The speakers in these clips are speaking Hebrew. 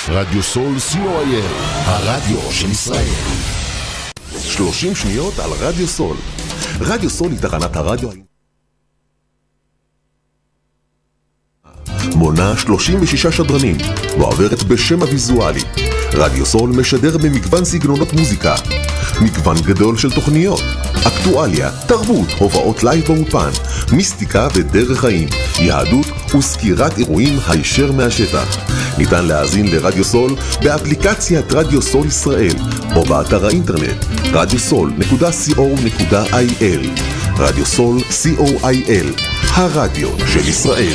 רדיו סול co.il, הרדיו של ישראל. 30 שניות על רדיו סול. רדיו סול היא תחנת הרדיו מונה 36 שדרנים, מועברת בשם הוויזואלי. רדיו סול משדר במגוון סגנונות מוזיקה, מגוון גדול של תוכניות, אקטואליה, תרבות, הובאות לייב באופן, מיסטיקה ודרך חיים, יהדות וסקירת אירועים הישר מהשטח. ניתן להאזין לרדיו סול באפליקציית רדיו סול ישראל או באתר האינטרנט radiosol.co.il. רדיו סול co.il, הרדיו של ישראל.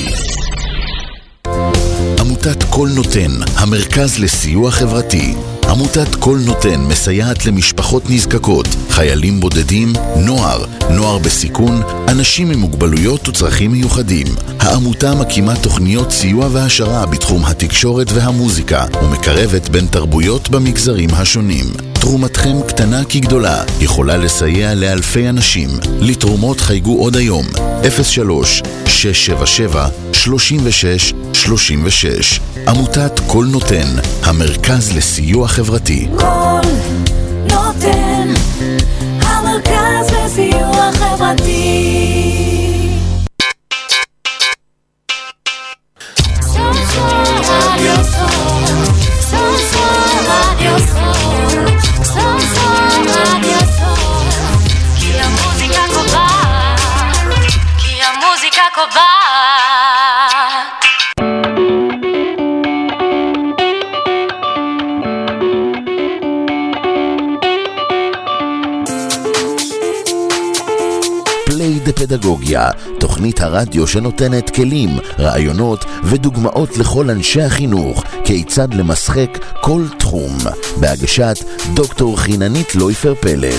עמותת כל נותן, המרכז לסיוע חברתי. עמותת כל נותן מסייעת למשפחות נזקקות, חיילים בודדים, נוער בסיכון, אנשים עם מוגבלויות וצרכים מיוחדים. העמותה מקימה תוכניות סיוע והשרה בתחום התקשורת והמוזיקה ומקרבת בין תרבויות במגזרים השונים. תרומתכם קטנה כגדולה, יכולה לסייע לאלפי אנשים. לתרומות חייגו עוד היום 03-677-3636. עמותת כל נותן, המרכז לסיוע חברתי. כל נותן, המרכז לסיוע חברתי. פדגוגיה, תוכנית הרדיו שנותנת כלים, רעיונות ודוגמאות לכל אנשי החינוך, כיצד למשחק כל תחום, בהגשת דוקטור חיננית לויפר פלד.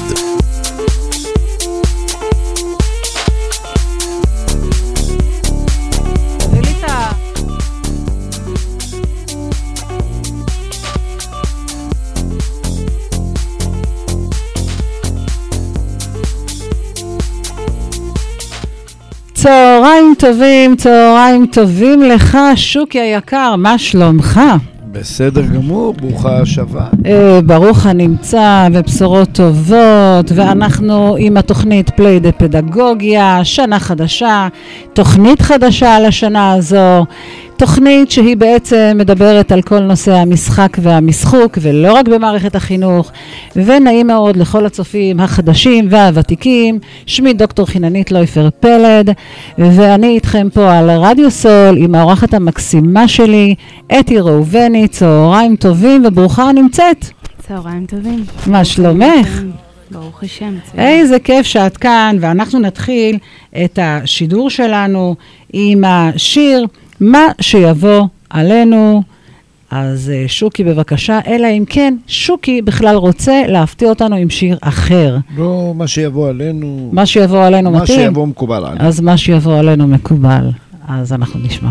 צהריים טובים לך, שוקי היקר, מה שלומך? בסדר גמור, ברוכה השבה. ברוך הנמצא ובשורות טובות, ואנחנו עם התוכנית פליי דה פדגוגיה, שנה חדשה, תוכנית חדשה על השנה הזו, תוכנית שהיא בעצם מדברת על כל נושא המשחק והמשחוק, ולא רק במערכת החינוך, ונעים מאוד לכל הצופים החדשים והוותיקים. שמי דוקטור חיננית לויפר פלד, ואני איתכם פה על רדיו סול עם האורחת המקסימה שלי, אתי ראובני. צהריים טובים וברוכה נמצאת. צהריים טובים. מה שלומך? ברוך השם. איזה כיף שאת כאן, ואנחנו נתחיל את השידור שלנו עם השיר מה שיבוא עלינו. אז שוקי בבקשה, אלא אם כן שוקי בכלל רוצה להפתיע אותנו עם שיר אחר. לא, מה שיבוא עלינו. מה שיבוא עלינו מתאים? מה שיבוא מקובל עלינו. אז מה שיבוא עלינו מקובל. אז אנחנו נשמע.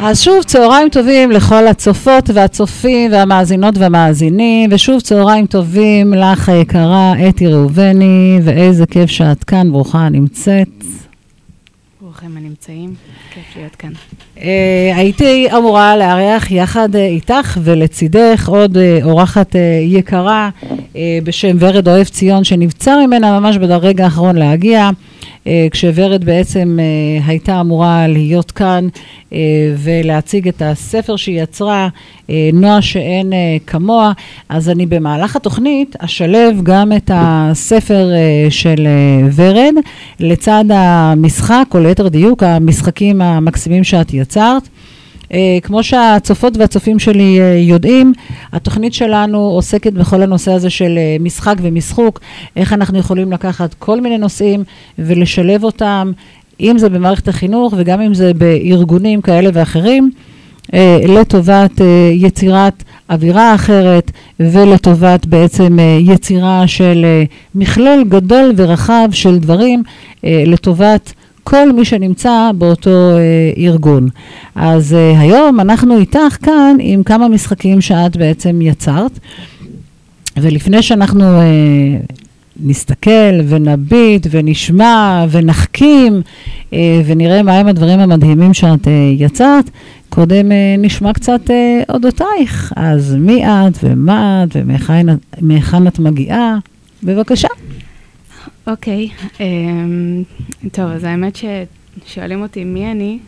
אז שוב, צהריים טובים לכל הצופות והצופים והמאזינות והמאזינים, ושוב צהריים טובים לך היקרה, אתי ראובני, ואיזה כיף שאת כאן, ברוכה נמצאת. ברוכים הנמצאים, כיף להיות כאן. הייתי אמורה לארח יחד איתך ולצידך עוד אורחת יקרה בשם ורד אוהב ציון, שנבצר ממנה ממש ברגע האחרון להגיע, כשוורד בעצם הייתה אמורה להיות כאן ולהציג את הספר שהיא יצרה, נועה שאין כמוה. אז אני במהלך התוכנית אשלב גם את הספר של ורד לצד המשחק, או ליתר דיוק המשחקים המקסימים שאת יצרת. כמו שהצופות והצופים שלי יודעים, התוכנית שלנו עוסקת בכל הנושא הזה של משחק ומשחוק, איך אנחנו יכולים לקחת כל מיני נושאים ולשלב אותם, אם זה במערכת החינוך וגם אם זה בארגונים כאלה ואחרים, לטובת יצירת אווירה אחרת ולטובת בעצם יצירה של מכלול גדול ורחב של דברים לטובת כל מי שנמצא באותו ארגון. אז היום אנחנו איתך כאן עם כמה משחקים שאת בעצם יצרת, ולפני שאנחנו נסתכל ונביט ונשמע ונחכים ונראה מהם הדברים המדהימים שאת יצרת, קודם נשמע קצת אודותייך. אז מי את ומה את ומהיכן את מגיעה? בבקשה. אוקיי, טוב, אז האמת ששואלים אותי מי אני.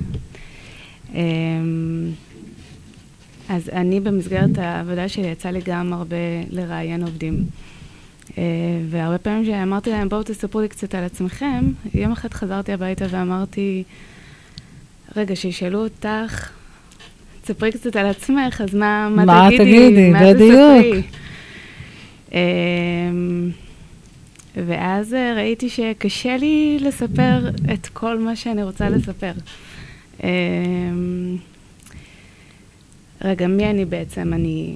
אז אני במסגרת העבודה שלי יצא לי גם הרבה לראיין עובדים. והרבה פעמים שאמרתי להם, בואו תספרו לי קצת על עצמכם, יום אחד חזרתי הביתה ואמרתי, רגע, שישאלו אותך, תספרי קצת על עצמך, אז מה תגידי? בדיוק. ואז ראיתי שקשה לי לספר את כל מה שאני רוצה לספר. רגע, מי אני בעצם?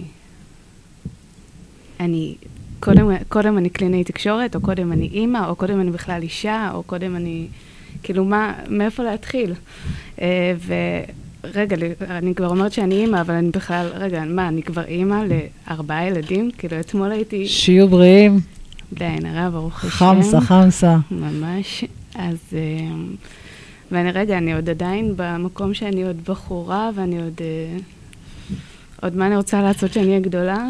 קודם אני קלינאית תקשורת, או קודם אני אימא, או קודם אני בכלל אישה, או קודם אני, כאילו, מאיפה להתחיל? ורגע, אני כבר אומרת שאני אימא, אבל אני בכלל, רגע, אני כבר אימא ל4 ילדים? כאילו, אתמול הייתי... שיהיו בריאים. בעין הרע, ברוך השם. חמסה. ממש. אז, אני עוד עדיין במקום שאני עוד בחורה, ואני עוד מה אני רוצה לעשות שאני אהיה גדולה.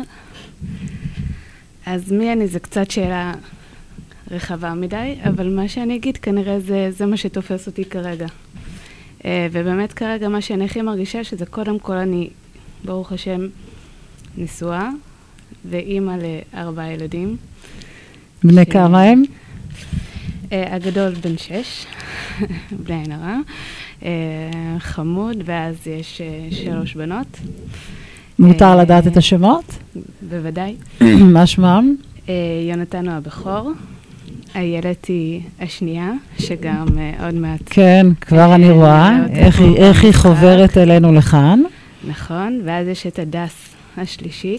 אז מי אני? זה קצת שאלה רחבה מדי, אבל מה שאני אגיד כנראה זה מה שתופס אותי כרגע. ובאמת כרגע מה שאני הכי מרגישה שזה קודם כל אני, ברוך השם, נשואה, ואימא ל4 ילדים. בני כמה הם? הגדול בן 6, בלי עין הרע, חמוד, ואז יש 3 בנות. מותר לדעת את השמות? בוודאי. מה שמם? יונתן הוא הבכור, איילת היא השנייה, שגם עוד מעט... כן, כבר אני רואה איך היא חוברת אלינו לכאן. נכון, ואז יש את הדס השלישית,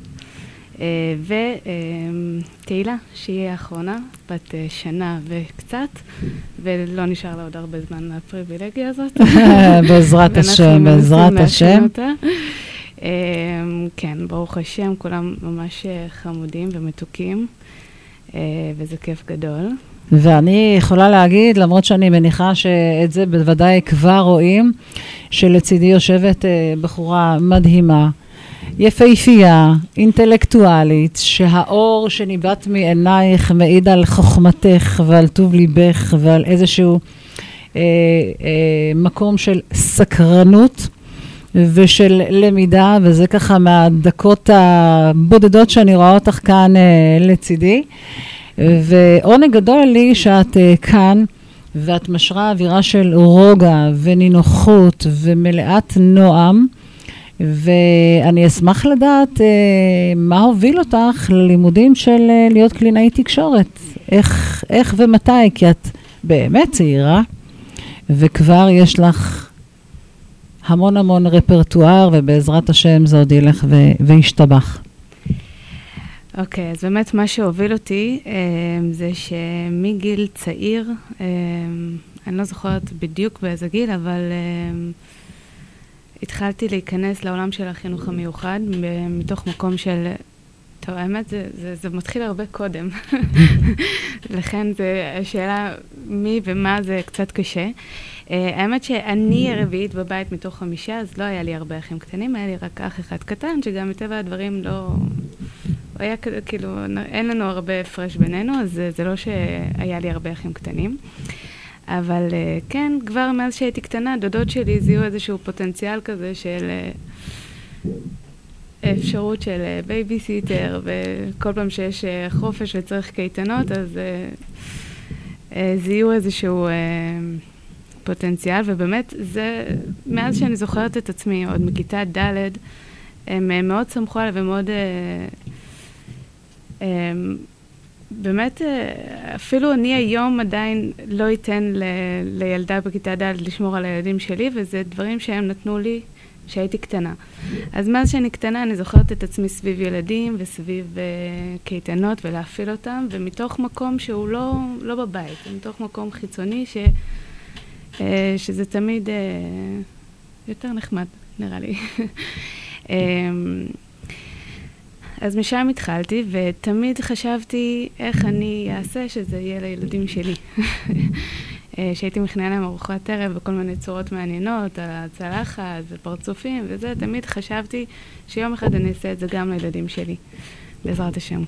ותהילה, שהיא האחרונה, בת שנה וקצת, ולא נשאר לה עוד הרבה זמן לפריבילגיה הזאת. בעזרת השם, בעזרת השם. כן, ברוך השם, כולם ממש חמודים ומתוקים, וזה כיף גדול. ואני יכולה להגיד, למרות שאני מניחה שאת זה בוודאי כבר רואים, שלצידי יושבת בחורה מדהימה, יפהפייה, אינטלקטואלית, שהאור שניבט מעינייך מעיד על חוכמתך ועל טוב ליבך ועל איזשהו מקום של סקרנות ושל למידה, וזה ככה מהדקות הבודדות שאני רואה אותך כאן לצידי. ועונג גדול לי שאת כאן ואת משרה אווירה של רוגע ונינוחות ומלאת נועם, ואני אשמח לדעת מה הוביל אותך ללימודים של להיות קלינאית תקשורת. איך ומתי, כי את באמת צעירה, וכבר יש לך המון רפרטואר, ובעזרת השם זה עוד ילך וישתבח. אוקיי, אז באמת מה שהוביל אותי זה שמגיל צעיר, אני לא זוכרת בדיוק באיזה גיל, אבל התחלתי להיכנס לעולם של החינוך המיוחד, מתוך מקום של... טוב, האמת, זה מתחיל הרבה קודם. לכן השאלה מי ומה זה קצת קשה. האמת שאני הרביעית בבית מתוך 5, אז לא היה לי הרבה אחים קטנים, היה לי רק אח אחד קטן, שגם מטבע הדברים לא... היה כאילו, אין לנו הרבה הפרש בינינו, אז זה לא שהיה לי הרבה אחים קטנים. אבל כן, כבר מאז שהייתי קטנה, דודות שלי זיהו איזשהו פוטנציאל כזה של אפשרות של בייביסיטר, וכל פעם שיש חופש וצריך קייטנות, אז זיהו איזשהו פוטנציאל, ובאמת זה, מאז שאני זוכרת את עצמי, עוד מכיתה ד', הם מאוד שמחו עליו ומאוד... באמת, אפילו אני היום עדיין לא אתן לילדה בכיתה ד' לשמור על הילדים שלי, וזה דברים שהם נתנו לי שהייתי קטנה. אז מאז שאני קטנה אני זוכרת את עצמי סביב ילדים וסביב קייטנות ולהפעיל אותם, ומתוך מקום שהוא לא בבית, מתוך מקום חיצוני שזה תמיד יותר נחמד, נראה לי. אז משם התחלתי, ותמיד חשבתי איך אני אעשה שזה יהיה לילדים שלי. שהייתי מכנה להם ארוחת ערב וכל מיני צורות מעניינות, על הצלחת ופרצופים וזה, תמיד חשבתי שיום אחד אני אעשה את זה גם לילדים שלי, בעזרת השם.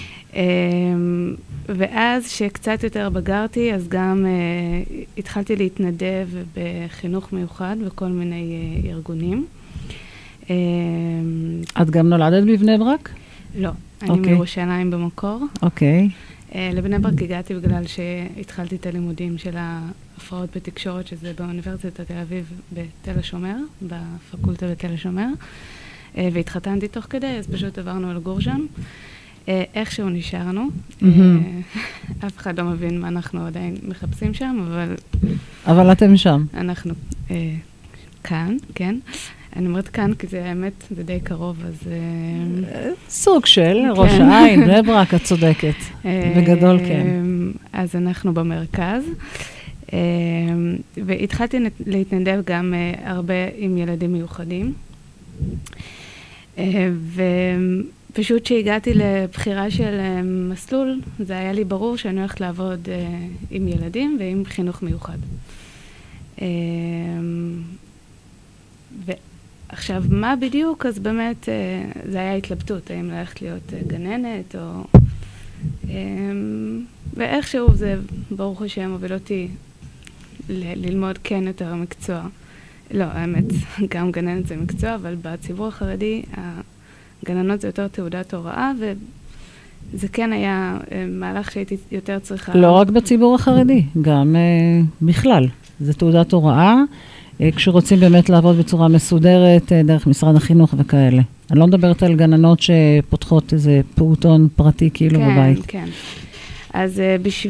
ואז שקצת יותר בגרתי, אז גם התחלתי להתנדב בחינוך מיוחד וכל מיני ארגונים. את גם נולדת בבני ברק? לא, אני מירושלים במקור. אוקיי. לבני ברק הגעתי בגלל שהתחלתי את הלימודים של ההפרעות בתקשורת, שזה באוניברסיטת תל אביב בתל השומר, בפקולטה בתל השומר, והתחתנתי תוך כדי, אז פשוט עברנו לגור שם. איכשהו נשארנו. אף אחד לא מבין מה אנחנו עדיין מחפשים שם, אבל אתם שם. אנחנו כאן, כן. אני אומרת כאן, כי זה האמת, זה די קרוב, אז... סוג של ראש העין, בני ברק, את צודקת. בגדול, כן. אז אנחנו במרכז, והתחלתי להתנדב גם הרבה עם ילדים מיוחדים, ופשוט שהגעתי לבחירה של מסלול, זה היה לי ברור שאני הולכת לעבוד עם ילדים ועם חינוך מיוחד. עכשיו, מה בדיוק? אז באמת זה היה התלבטות, האם ללכת להיות גננת או... ואיכשהו זה, ברוך השם, הוביל אותי ללמוד כן יותר מקצוע. לא, האמת, גם גננת זה מקצוע, אבל בציבור החרדי, הגננות זה יותר תעודת הוראה, וזה כן היה מהלך שהייתי יותר צריכה... לא רק בציבור החרדי, גם בכלל. זה תעודת הוראה. כשרוצים באמת לעבוד בצורה מסודרת, דרך משרד החינוך וכאלה. אני לא מדברת על גננות שפותחות איזה פעוטון פרטי כאילו בבית. כן, כן. אז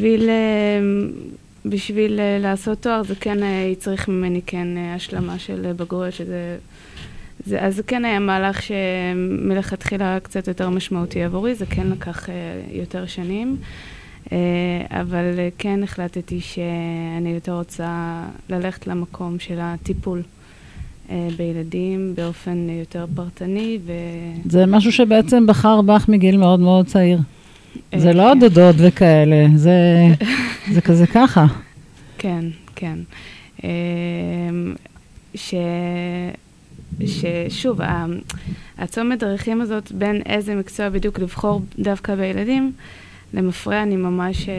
בשביל לעשות תואר, זה כן יצריך ממני כן השלמה של בגרות, אז זה כן היה מהלך שמלכתחילה קצת יותר משמעותי עבורי, זה כן לקח יותר שנים. אבל כן החלטתי שאני יותר רוצה ללכת למקום של הטיפול בילדים באופן יותר פרטני. זה משהו שבעצם בחר בך מגיל מאוד מאוד צעיר. זה לא דודות וכאלה, זה כזה ככה. כן, כן. ששוב, הצומת דרכים הזאת בין איזה מקצוע בדיוק לבחור דווקא בילדים, למפרע אני ממש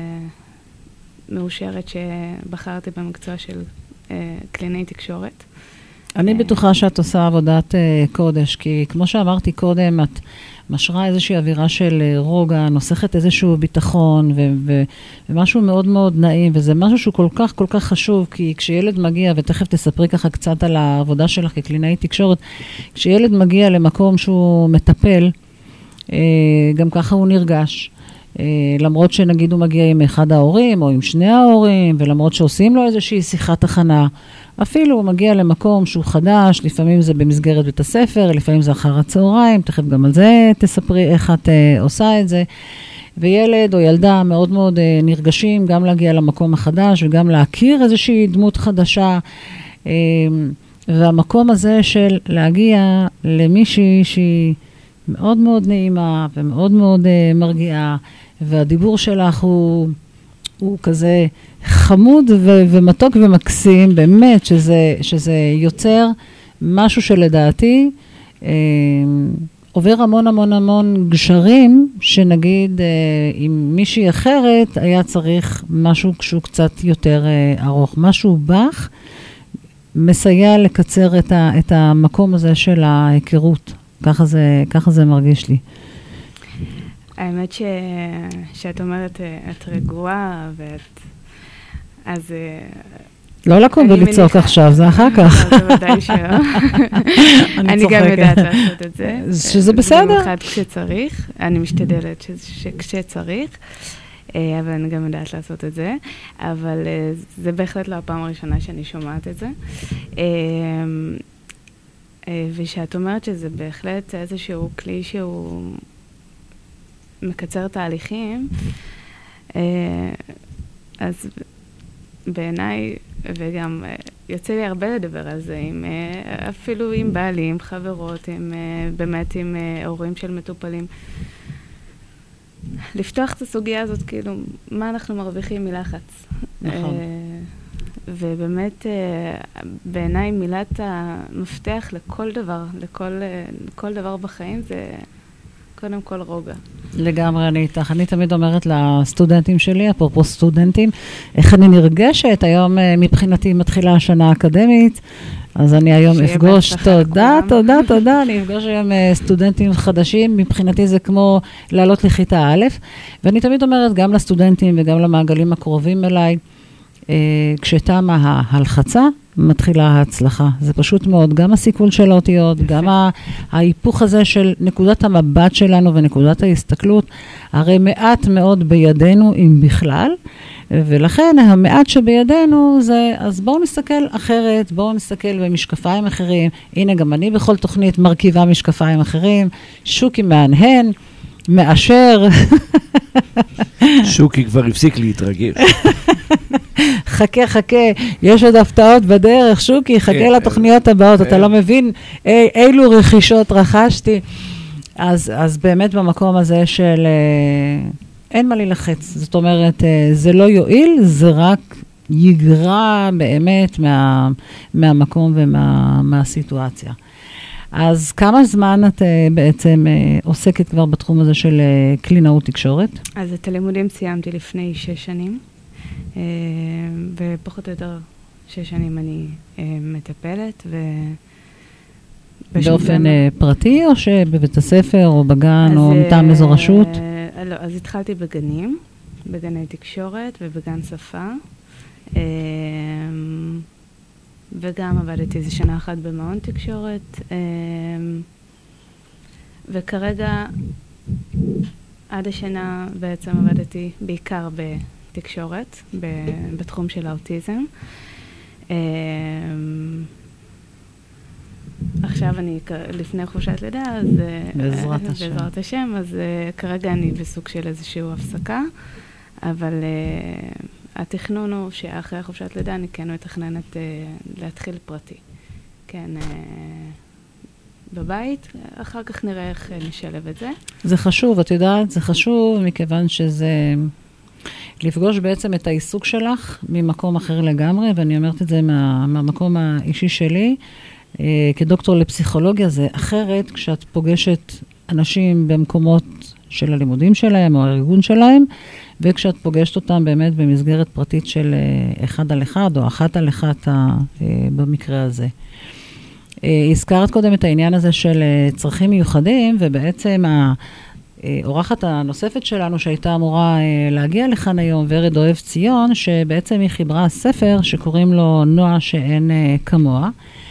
מאושרת שבחרתי במקצוע של קלינאי תקשורת. אני בטוחה שאת עושה עבודת קודש, כי כמו שאמרתי קודם, את משרה איזושהי אווירה של רוגע, נוסחת איזשהו ביטחון, ומשהו מאוד מאוד נעים, וזה משהו שהוא כל כך כל כך חשוב, כי כשילד מגיע, ותכף תספרי ככה קצת על העבודה שלך כקלינאי תקשורת, כשילד מגיע למקום שהוא מטפל, גם ככה הוא נרגש. למרות שנגיד הוא מגיע עם אחד ההורים או עם שני ההורים, ולמרות שעושים לו איזושהי שיחת הכנה, אפילו הוא מגיע למקום שהוא חדש, לפעמים זה במסגרת בית הספר, לפעמים זה אחר הצהריים, תכף גם על זה תספרי איך את עושה את זה, וילד או ילדה מאוד מאוד נרגשים גם להגיע למקום החדש, וגם להכיר איזושהי דמות חדשה, והמקום הזה של להגיע למישהי שהיא מאוד מאוד נעימה ומאוד מאוד מרגיעה, והדיבור שלך הוא כזה חמוד ומתוק ומקסים, באמת שזה יוצר משהו שלדעתי עובר המון המון המון גשרים, שנגיד עם מישהי אחרת היה צריך משהו שהוא קצת יותר ארוך. משהו בך מסייע לקצר את המקום הזה של ההיכרות. ככה זה מרגיש לי. האמת שאת אומרת, את רגועה, אז לא לקום ולצעוק עכשיו, זה אחר כך. זה ודאי שלא. אני גם יודעת לעשות את זה. שזה בסדר. במיוחד כשצריך, אני משתדלת שכשצריך, אבל אני גם יודעת לעשות את זה. אבל זה בהחלט לא הפעם הראשונה שאני שומעת את זה. ושאת אומרת שזה בהחלט איזשהו כלי שהוא מקצר תהליכים, אז בעיניי, וגם יוצא לי הרבה לדבר על זה, אפילו עם בעלים, חברות, באמת עם הורים של מטופלים. לפתוח את הסוגיה הזאת, כאילו, מה אנחנו מרוויחים מלחץ. נכון. ובאמת, בעיניי מילת המפתח לכל דבר, לכל דבר בחיים, זה קודם כל רוגע. לגמרי, אני איתך. אני תמיד אומרת לסטודנטים שלי, אפרופו סטודנטים, איך אני נרגשת, היום מבחינתי מתחילה השנה האקדמית, אז אני היום אפגוש, תודה, אני אפגוש היום סטודנטים חדשים, מבחינתי זה כמו לעלות לכיתה א', ואני תמיד אומרת גם לסטודנטים וגם למעגלים הקרובים אליי, כשתמה ההלחצה, מתחילה ההצלחה. זה פשוט מאוד, גם הסיכול של האותיות, גם ההיפוך הזה של נקודת המבט שלנו ונקודת ההסתכלות, הרי מעט מאוד בידינו, אם בכלל, ולכן המעט שבידינו זה, אז בואו נסתכל אחרת, בואו נסתכל במשקפיים אחרים. הנה, גם אני בכל תוכנית מרכיבה משקפיים אחרים, שוקי מהנהן, מאשר. שוקי כבר הפסיק להתרגש. חכה, יש עוד הפתעות בדרך, שוקי, חכה לתוכניות הבאות, אתה לא מבין אילו רכישות רכשתי. אז באמת במקום הזה של אין מה להילחץ, זאת אומרת, זה לא יועיל, זה רק יגרע באמת מהמקום ומהסיטואציה. אז כמה זמן את בעצם עוסקת כבר בתחום הזה של קלינאות תקשורת? אז את הלימודים סיימתי לפני 6 שנים. ופחות או יותר 6 שנים אני מטפלת. באופן פרטי או שבבית הספר או בגן או מטעם איזו רשות? לא, אז התחלתי בגני תקשורת ובגן שפה. וגם עבדתי איזה שנה אחת במעון תקשורת. וכרגע עד השנה בעצם עבדתי בעיקר תקשורת, בתחום של האוטיזם. עכשיו אני לפני חופשת לידה, אז בעזרת השם, אז כרגע אני בסוג של איזשהו הפסקה, אבל התכנון הוא שאחרי חופשת לידה אני כן מתכננת להתחיל פרטי. כן, בבית, אחר כך נראה איך נשלב את זה. זה חשוב, את יודעת, זה חשוב מכיוון שזה לפגוש בעצם את העיסוק שלך ממקום אחר לגמרי, ואני אומרת את זה מהמקום האישי שלי, כדוקטור לפסיכולוגיה זה אחרת כשאת פוגשת אנשים במקומות של הלימודים שלהם או הארגון שלהם, וכשאת פוגשת אותם באמת במסגרת פרטית של 1-על-1 או 1-על-1 במקרה הזה. הזכרת קודם את העניין הזה של צרכים מיוחדים, ובעצם האורחת הנוספת שלנו שהייתה אמורה להגיע לכאן היום, ורד אוהב ציון, שבעצם היא חיברה ספר שקוראים לו נועה שאין כמוה.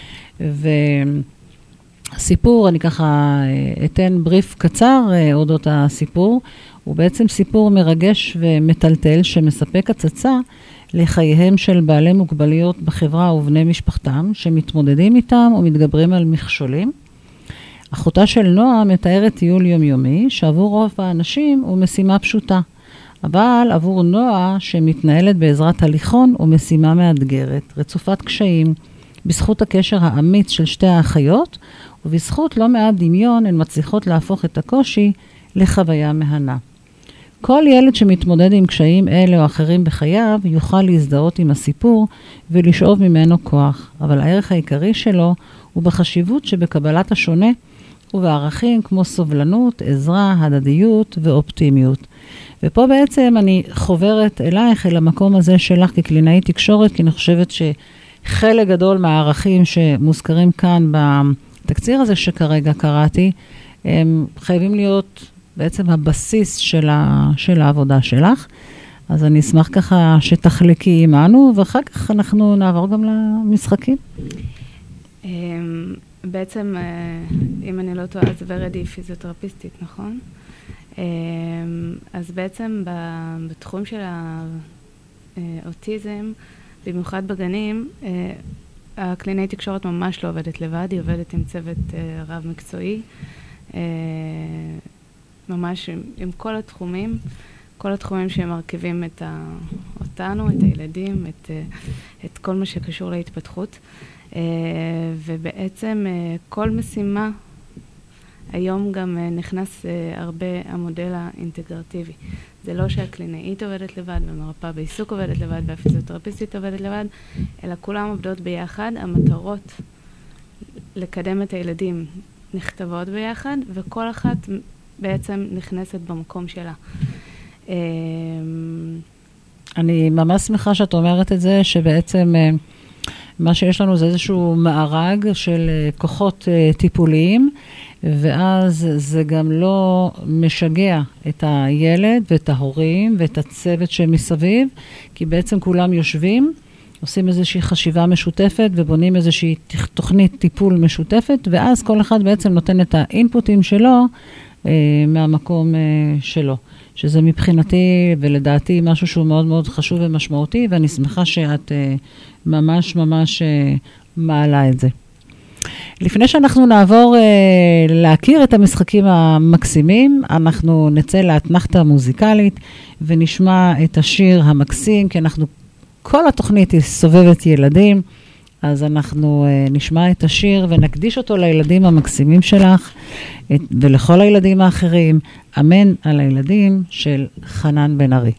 והסיפור, אני ככה אתן בריף קצר אודות הסיפור, הוא בעצם סיפור מרגש ומטלטל שמספק הצצה לחייהם של בעלי מוגבליות בחברה ובני משפחתם, שמתמודדים איתם ומתגברים על מכשולים. אחותה של נועה מתארת טיול יומיומי, שעבור רוב האנשים הוא משימה פשוטה. אבל עבור נועה, שמתנהלת בעזרת הליכון, הוא משימה מאתגרת, רצופת קשיים, בזכות הקשר האמיץ של שתי האחיות, ובזכות לא מעט דמיון הן מצליחות להפוך את הקושי לחוויה מהנה. כל ילד שמתמודד עם קשיים אלה או אחרים בחייו יוכל להזדהות עם הסיפור ולשאוב ממנו כוח, אבל הערך העיקרי שלו הוא בחשיבות שבקבלת השונה ובערכים כמו סובלנות, עזרה, הדדיות ואופטימיות. ופה בעצם אני חוברת אלייך אל המקום הזה שלך כקלינאית תקשורת, כי אני חושבת שחלק גדול מהערכים שמוזכרים כאן בתקציר הזה שכרגע קראתי, הם חייבים להיות בעצם הבסיס של העבודה שלך. אז אני אשמח ככה שתחלקי עמנו, ואחר כך אנחנו נעבור גם למשחקים. בעצם, אם אני לא טועה, אז ורד היא פיזיותרפיסטית, נכון? אז בעצם בתחום של האוטיזם, במיוחד בגנים, הקלינאית תקשורת ממש לא עובדת לבד, היא עובדת עם צוות רב מקצועי, ממש עם כל התחומים שמרכיבים אותנו, את הילדים, את כל מה שקשור להתפתחות. ובעצם כל משימה, היום גם נכנס הרבה המודל האינטגרטיבי. זה לא שהקלינאית עובדת לבד, והמרפאה בעיסוק עובדת לבד, והפיזיותרפיסטית עובדת לבד, אלא כולם עובדות ביחד. המטרות לקדם את הילדים נכתבות ביחד, וכל אחת בעצם נכנסת במקום שלה. אני ממש שמחה שאת אומרת את זה, שבעצם מה שיש לנו זה איזשהו מארג של כוחות טיפוליים, ואז זה גם לא משגע את הילד ואת ההורים ואת הצוות שמסביב, כי בעצם כולם יושבים, עושים איזושהי חשיבה משותפת ובונים איזושהי תוכנית טיפול משותפת, ואז כל אחד בעצם נותן את האינפוטים שלו מהמקום שלו. שזה מבחינתי ולדעתי משהו שהוא מאוד מאוד חשוב ומשמעותי, ואני שמחה שאת ממש ממש מעלה את זה. לפני שאנחנו נעבור להכיר את המשחקים המקסימים, אנחנו נצא לאתנחתה מוזיקלית ונשמע את השיר המקסים, כי כל התוכנית היא סובבת ילדים, אז אנחנו נשמע את השיר ונקדיש אותו לילדים המקסימים שלך ולכל הילדים האחרים. אמן על הילדים של חנן בן ארי.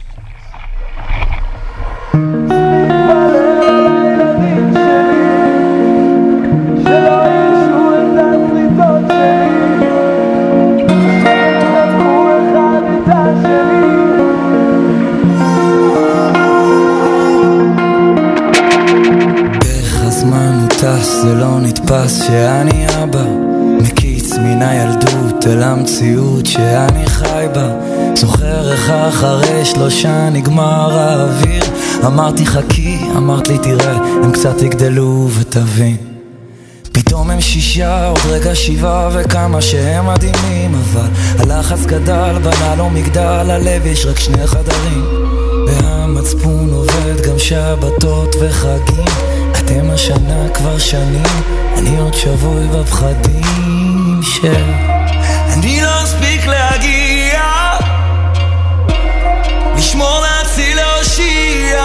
זה לא נתפס שאני אבא מקיץ מן הילדות אל המציאות שאני חי בה. זוכר איך אחרי 3 נגמר האוויר, אמרתי חכי, אמרת לי תראה, הם קצת יגדלו ותבין. פתאום הם 6, עוד רגע 7 וכמה שהם מדהימים, אבל הלחץ גדל, בנה לו מגדל, הלב יש רק 2 חדרים, והמצפון עובד גם שבתות וחגים. אתם השנה כבר שנים, אני עוד שבוי בפחדים אני לא אספיק להגיע, לשמור להציל להושיע,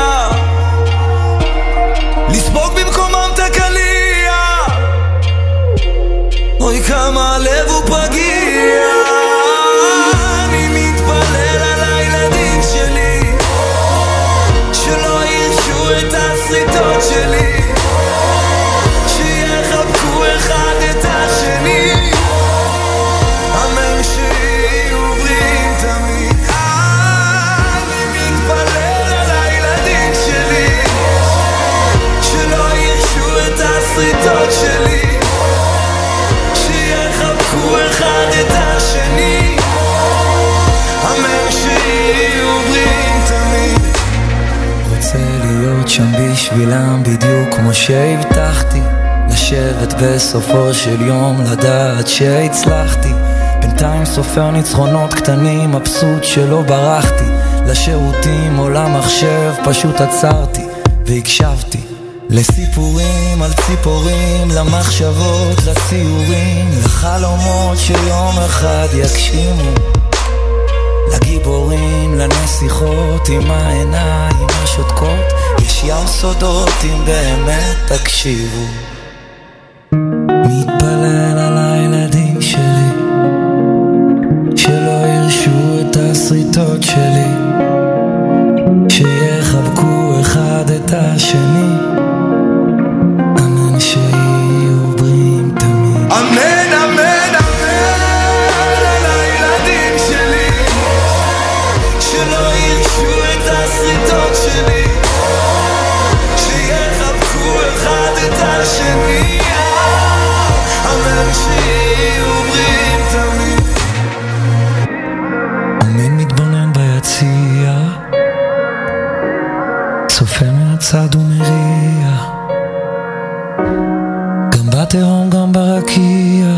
לספוג במקומם את הקליע. אוי כמה לב הוא פגיע, אני מתפלל על הילדים שלי שלא ירשו את הסריטות שלי, שלי שיחבקו אחד את השני, אמן שיהיו בריאים תמיד. רוצה להיות שם בשבילם בדיוק כמו שהבטחתי, לשבת בסופו של יום לדעת שהצלחתי. בינתיים סופר ניצחונות קטנים, מבסוט שלא ברחתי לשירותים או למחשב, פשוט עצרתי והקשבתי לסיפורים על ציפורים, למחשבות, לציורים, לחלומות שיום אחד יגשימו, לגיבורים, לנסיכות עם העיניים השותקות. יש ים סודות אם באמת תקשיבו. מתפלל על הילדים שלי שלא ירשו את הסריטות שלי, שיחבקו אחד את השני, אמן שיהיו בריאים תמיד. אמן אמן אמן על הילדים שלי שלא ירשו את הסריטות שלי, שיחבקו אחד את השני, אמן שיהיו בריאים תמיד. אמן מתבונן ביציע, צופה מהצד ומריע, גם בתהום גם ברקיע,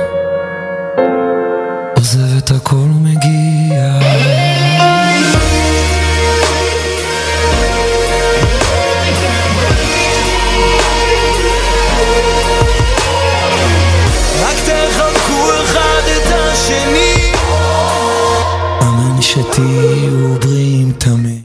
עוזב את הכל ומגיע. רק תחבקו אחד את השני, אמן שתהיו בריאים תמיד.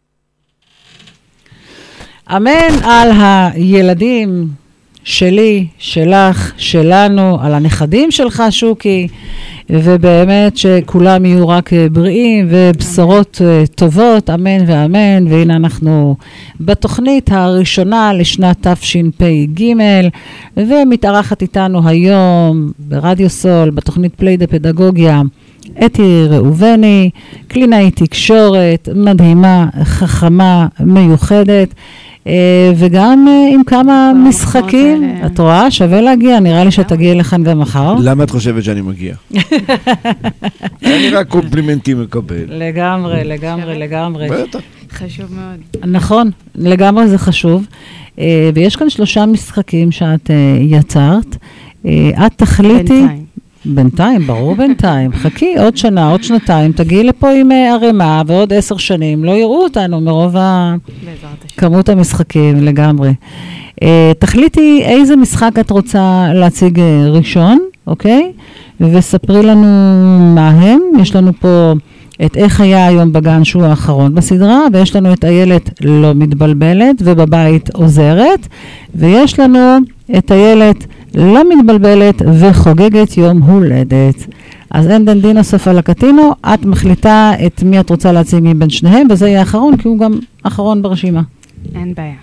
אמן על הילדים שלי, שלך, שלנו, על הנכדים שלך, שוקי, ובאמת שכולם יהיו רק בריאים ובשורות טובות, אמן ואמן. והנה אנחנו בתוכנית הראשונה לשנת תשפ"ג, ומתארחת איתנו היום ברדיו סול, בתוכנית פלייד פדגוגיה, אתי ראובני, קלינאית תקשורת מדהימה, חכמה, מיוחדת, וגם עם כמה משחקים. את רואה? שווה להגיע, נראה לי שתגיע לכאן גם מחר. למה את חושבת שאני מגיע? אני רק קומפלימנטים מקבל. לגמרי, לגמרי, לגמרי. בטח. חשוב מאוד. נכון, לגמרי זה חשוב. ויש כאן 3 משחקים שאת יצרת. את תחליטי... בינתיים, ברור בינתיים. חכי, עוד שנה, עוד שנתיים, תגיעי לפה עם הרמה, ועוד 10 שנים, לא יראו אותנו מרוב כמות המשחקים לגמרי. תחליטי איזה משחק את רוצה להציג ראשון, אוקיי? וספרי לנו מה הם. יש לנו פה את איך היה היום בגן שהוא האחרון בסדרה, ויש לנו את איילת לא מתבלבלת, ובבית עוזרת, ויש לנו את איילת לא מתבלבלת וחוגגת יום הולדת. אז אין דין נוסף על הקטינו, את מחליטה את מי את רוצה להציג מבין שניהם, וזה יהיה האחרון, כי הוא גם אחרון ברשימה. אין בעיה.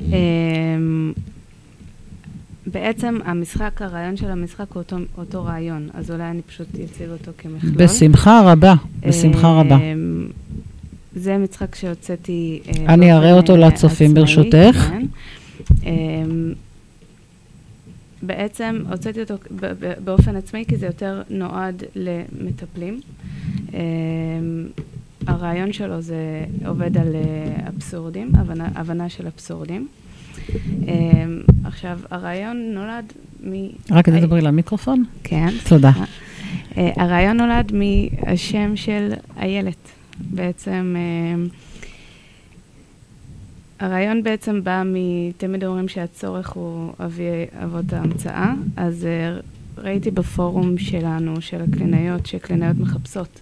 בעצם המשחק, הרעיון של המשחק הוא אותו רעיון, אז אולי אני פשוט אציג אותו כמכלול. בשמחה רבה, בשמחה רבה. זה משחק שהוצאתי... אני אראה אותו לצופים ברשותך. בעצם הוצאתי אותו באופן עצמאי, כי זה יותר נועד למטפלים. הרעיון שלו זה עובד על אבסורדים, הבנה של אבסורדים. עכשיו, הרעיון נולד רק תדברי למיקרופון? כן. תודה. הרעיון נולד מהשם של איילת. בעצם... הרעיון בעצם בא תמיד אומרים שהצורך הוא אבי אבות ההמצאה, אז ראיתי בפורום שלנו, של הקלינאיות, שקלינאיות מחפשות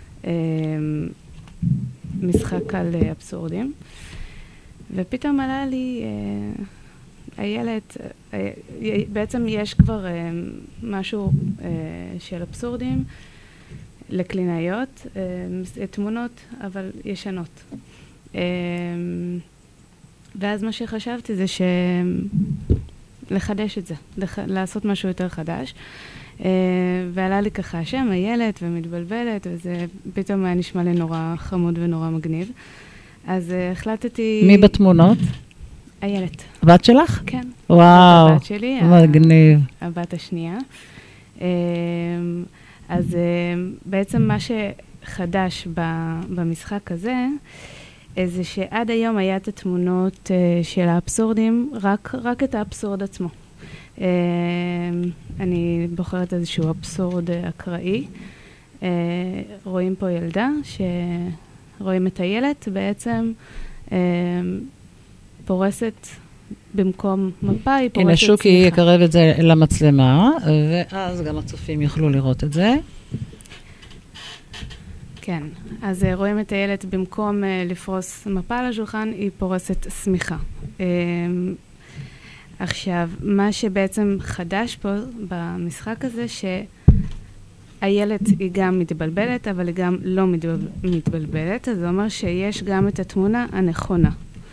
משחק על אבסורדים, ופתאום עלה לי איילת, בעצם יש כבר משהו של אבסורדים לקלינאיות, תמונות אבל ישנות. ואז מה שחשבתי זה לחדש את זה, לעשות משהו יותר חדש. ועלה לי ככה השם, איילת ומתבלבלת, וזה פתאום היה נשמע לי נורא חמוד ונורא מגניב. אז החלטתי... מי בתמונות? איילת. הבת שלך? כן. וואו, הבת שלי. מגניב. הבת השנייה. אז בעצם מה שחדש במשחק הזה, זה שעד היום היה את התמונות של האבסורדים, רק את האבסורד עצמו. אני בוחרת איזשהו אבסורד אקראי. רואים פה ילדה, שרואים את הילד, בעצם פורסת במקום מפה, היא פורסת... הנה, שוקי יקרב את זה למצלמה, ואז גם הצופים יוכלו לראות את זה. כן, אז רואים את הילד במקום לפרוס מפה על השולחן, היא פורסת סמיכה. עכשיו, מה שבעצם חדש פה במשחק הזה, שהילד היא גם מתבלבלת, אבל היא גם לא מתבלבלת, אז זה אומר שיש גם את התמונה הנכונה.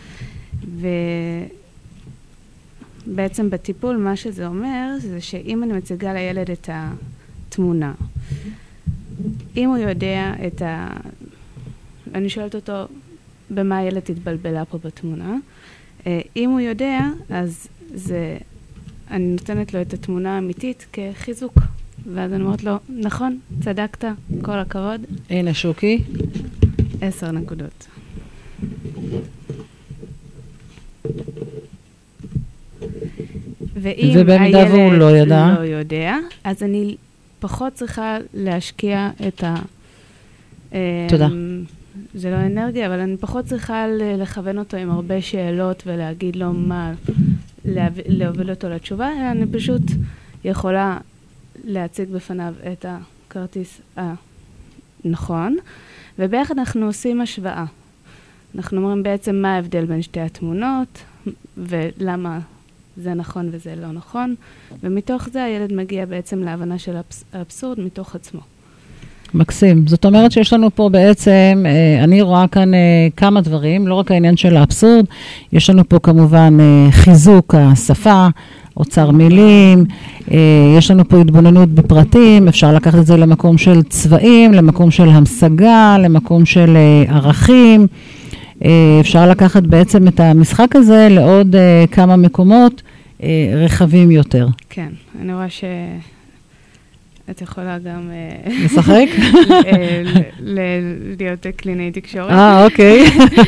ובעצם בטיפול מה שזה אומר, זה שאם אני מציגה לילד את התמונה, אם הוא יודע אני שואלת אותו במה הילד התבלבלה פה בתמונה, אם הוא יודע, אז אני נותנת לו את התמונה האמיתית כחיזוק. ואז אני אומרת לו, נכון, צדקת, כל הכבוד. הנה שוקי. 10 נקודות. ואם ובמידה והוא לא יודע, אז אני פחות צריכה להשקיע את תודה. זה לא אנרגיה, אבל אני פחות צריכה לכוון אותו עם הרבה שאלות ולהגיד לו מה, להוביל אותו לתשובה, אלא אני פשוט יכולה להציג בפניו את הכרטיס הנכון, וביחד אנחנו עושים השוואה. אנחנו אומרים בעצם מה ההבדל בין שתי התמונות, ולמה זה נכון וזה לא נכון, ומתוך זה הילד מגיע בעצם להבנה של האבסורד מתוך עצמו. מקסים. זאת אומרת שיש לנו פה בעצם, אני רואה כאן כמה דברים, לא רק העניין של האבסורד, יש לנו פה כמובן חיזוק השפה, אוצר מילים, יש לנו פה התבוננות בפרטים, אפשר לקחת את זה למקום של צבעים, למקום של המשגה, למקום של ערכים, אפשר לקחת בעצם את המשחק הזה לעוד כמה מקומות רחבים יותר. כן, אני רואה את יכולה גם לשחק? להיות קלינאי תקשורת. אוקיי.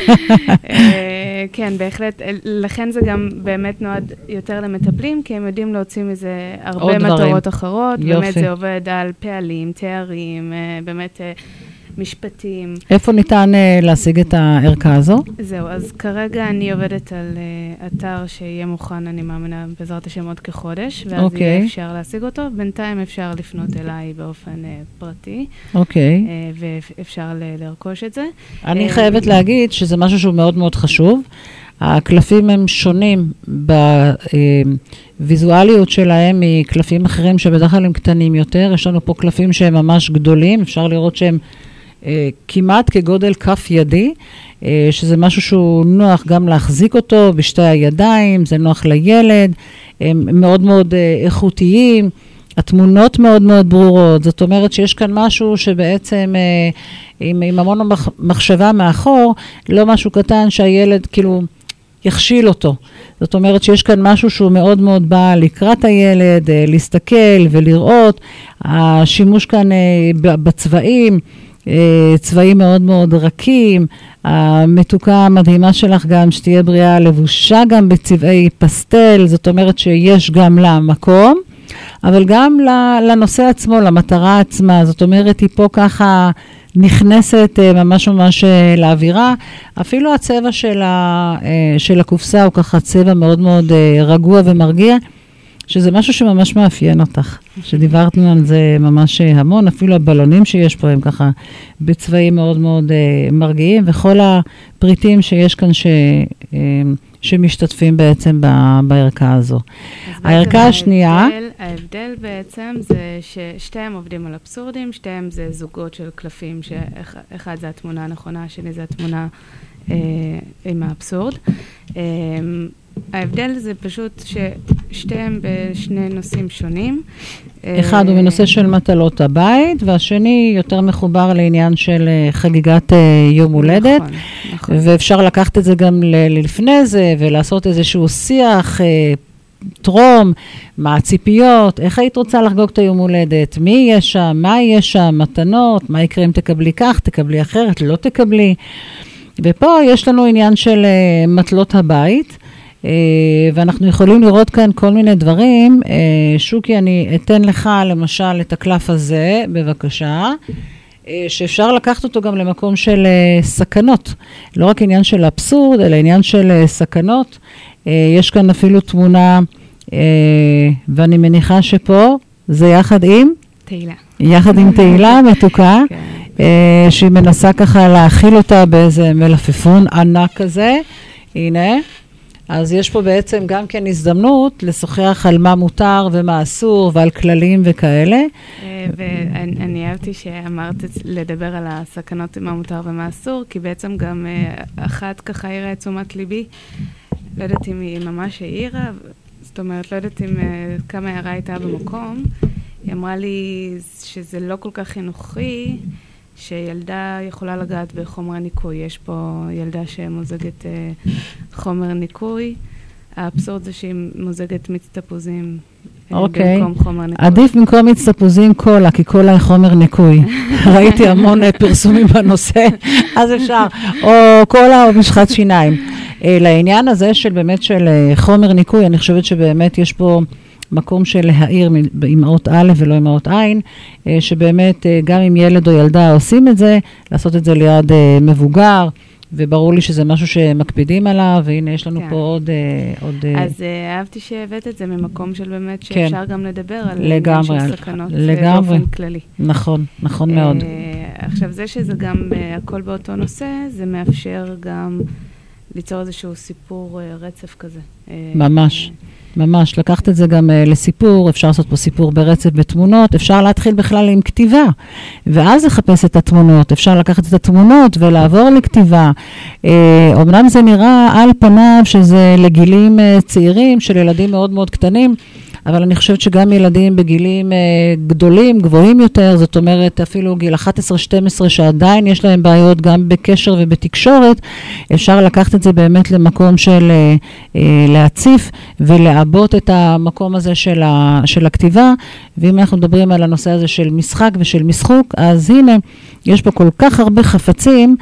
כן, בהחלט. לכן זה גם באמת נועד יותר למטפלים, כי הם יודעים להוציא מזה הרבה מטרות אחרות. באמת זה עובד על פעלים, תארים, באמת משפטים. איפה ניתן להשיג את הערכה הזו? זהו, אז כרגע אני עובדת על אתר שיהיה מוכן, אני מאמינה, בעזרת השם עוד כחודש, ואז יהיה אפשר להשיג אותו. בינתיים אפשר לפנות אליי באופן פרטי, ואפשר לרכוש את זה. אני חייבת להגיד שזה משהו שהוא מאוד מאוד חשוב. הקלפים הם שונים בוויזואליות שלהם מקלפים אחרים שבדרך כלל הם קטנים יותר. יש לנו פה קלפים שהם ממש גדולים, אפשר לראות שהם כמעט כגודל כף ידי, שזה משהו שהוא נוח גם להחזיק אותו בשתי הידיים, זה נוח לילד, הם מאוד מאוד איכותיים, התמונות מאוד מאוד ברורות, זאת אומרת שיש כאן משהו שבעצם עם המון מחשבה מאחור, לא משהו קטן שהילד כאילו יכשיל אותו. זאת אומרת שיש כאן משהו שהוא מאוד מאוד בא לקראת הילד, להסתכל ולראות, השימוש כאן בצבעים, צבעים מאוד מאוד רכים, המתוקה המדהימה שלך גם שתהיה בריאה, לבושה גם בצבעי פסטל, זאת אומרת שיש גם לה מקום, אבל גם לנושא עצמו, למטרה עצמה, זאת אומרת היא פה ככה נכנסת ממש ממש לאווירה, אפילו הצבע של הקופסה הוא ככה צבע מאוד מאוד רגוע ומרגיע, שזה משהו שממש מאפיין אותך, שדיברנו על זה ממש המון, אפילו הבלונים שיש פה הם ככה בצבעים מאוד מאוד מרגיעים, וכל הפריטים שיש כאן שמשתתפים בעצם בערכה הזו. הערכה השנייה... ההבדל בעצם זה ששתיהם עובדים על אבסורדים, שתיהם זה זוגות של קלפים, שאחד זה התמונה הנכונה, השני זה התמונה עם האבסורד. ההבדל זה פשוט ששתיהם בשני נושאים שונים. אחד הוא בנושא של מטלות הבית, והשני יותר מחובר לעניין של חגיגת יום הולדת. נכון. ואפשר לקחת את זה גם לפני זה, ולעשות איזשהו שיח טרום, מה הציפיות, איך היית רוצה לחגוג את היום הולדת, מי יהיה שם, מה יהיה שם, מתנות, מה יקרה אם תקבלי כך, תקבלי אחרת, לא תקבלי. ופה יש לנו עניין של מטלות הבית, ואנחנו יכולים לראות כאן כל מיני דברים. שוקי, אני אתן לך למשל את הקלף הזה, בבקשה, שאפשר לקחת אותו גם למקום של סכנות. לא רק עניין של אבסורד, אלא עניין של סכנות. יש כאן אפילו תמונה, ואני מניחה שפה זה יחד עם? תהילה. יחד עם תהילה מתוקה. שהיא מנסה ככה להכיל אותה באיזה מלפפון ענק כזה. הנה. אז יש פה בעצם גם כן הזדמנות לשוחח על מה מותר ומה אסור ועל כללים וכאלה. ואני אהבתי שאמרת לדבר על הסכנות מה מותר ומה אסור, כי בעצם גם אחת ככה העירה את תשומת ליבי. לא יודעת אם היא ממש העירה, זאת אומרת, לא יודעת אם כמה הערה הייתה במקום. היא אמרה לי שזה לא כל כך חינוכי, שילדה יכולה לגעת בחומרי ניקוי. יש פה ילדה שמוזגת חומר ניקוי. האבסורד זה שהיא מוזגת מיץ תפוזים במקום חומר ניקוי. עדיף במקום מיץ תפוזים קולה, כי קולה היא חומר ניקוי. ראיתי המון פרסומים בנושא, אז אפשר. או קולה או משחת שיניים. לעניין הזה של באמת של חומר ניקוי, אני חושבת שבאמת יש פה מקום של להעיר באמהות א' ולא אמהות עין, שבאמת גם אם ילד או ילדה עושים את זה, לעשות את זה ליד מבוגר, וברור לי שזה משהו שמקפידים עליו, והנה יש לנו פה עוד... אז אהבתי שהבאת את זה ממקום של באמת שאפשר גם לדבר על עניין של סכנות באופן כללי. נכון, נכון מאוד. עכשיו זה שזה גם הכל באותו נושא, זה מאפשר גם ליצור איזשהו סיפור רצף כזה. ממש. ממש, לקחת את זה גם לסיפור, אפשר לעשות פה סיפור ברצף בתמונות, אפשר להתחיל בכלל עם כתיבה, ואז לחפש את התמונות, אפשר לקחת את התמונות ולעבור לכתיבה. אמנם זה נראה על פניו שזה לגילים צעירים של ילדים מאוד מאוד קטנים, אבל אני חושבת שגם ילדים בגילים גדולים, גבוהים יותר, זאת אומרת אפילו גיל 11-12 שעדיין יש להם בעיות גם בקשר ובתקשורת, אפשר לקחת את זה באמת למקום של להציף ולעבות את המקום הזה של הכתיבה, ואם אנחנו מדברים על הנושא הזה של משחק ושל משחוק, אז הנה, יש פה כל כך הרבה חפצים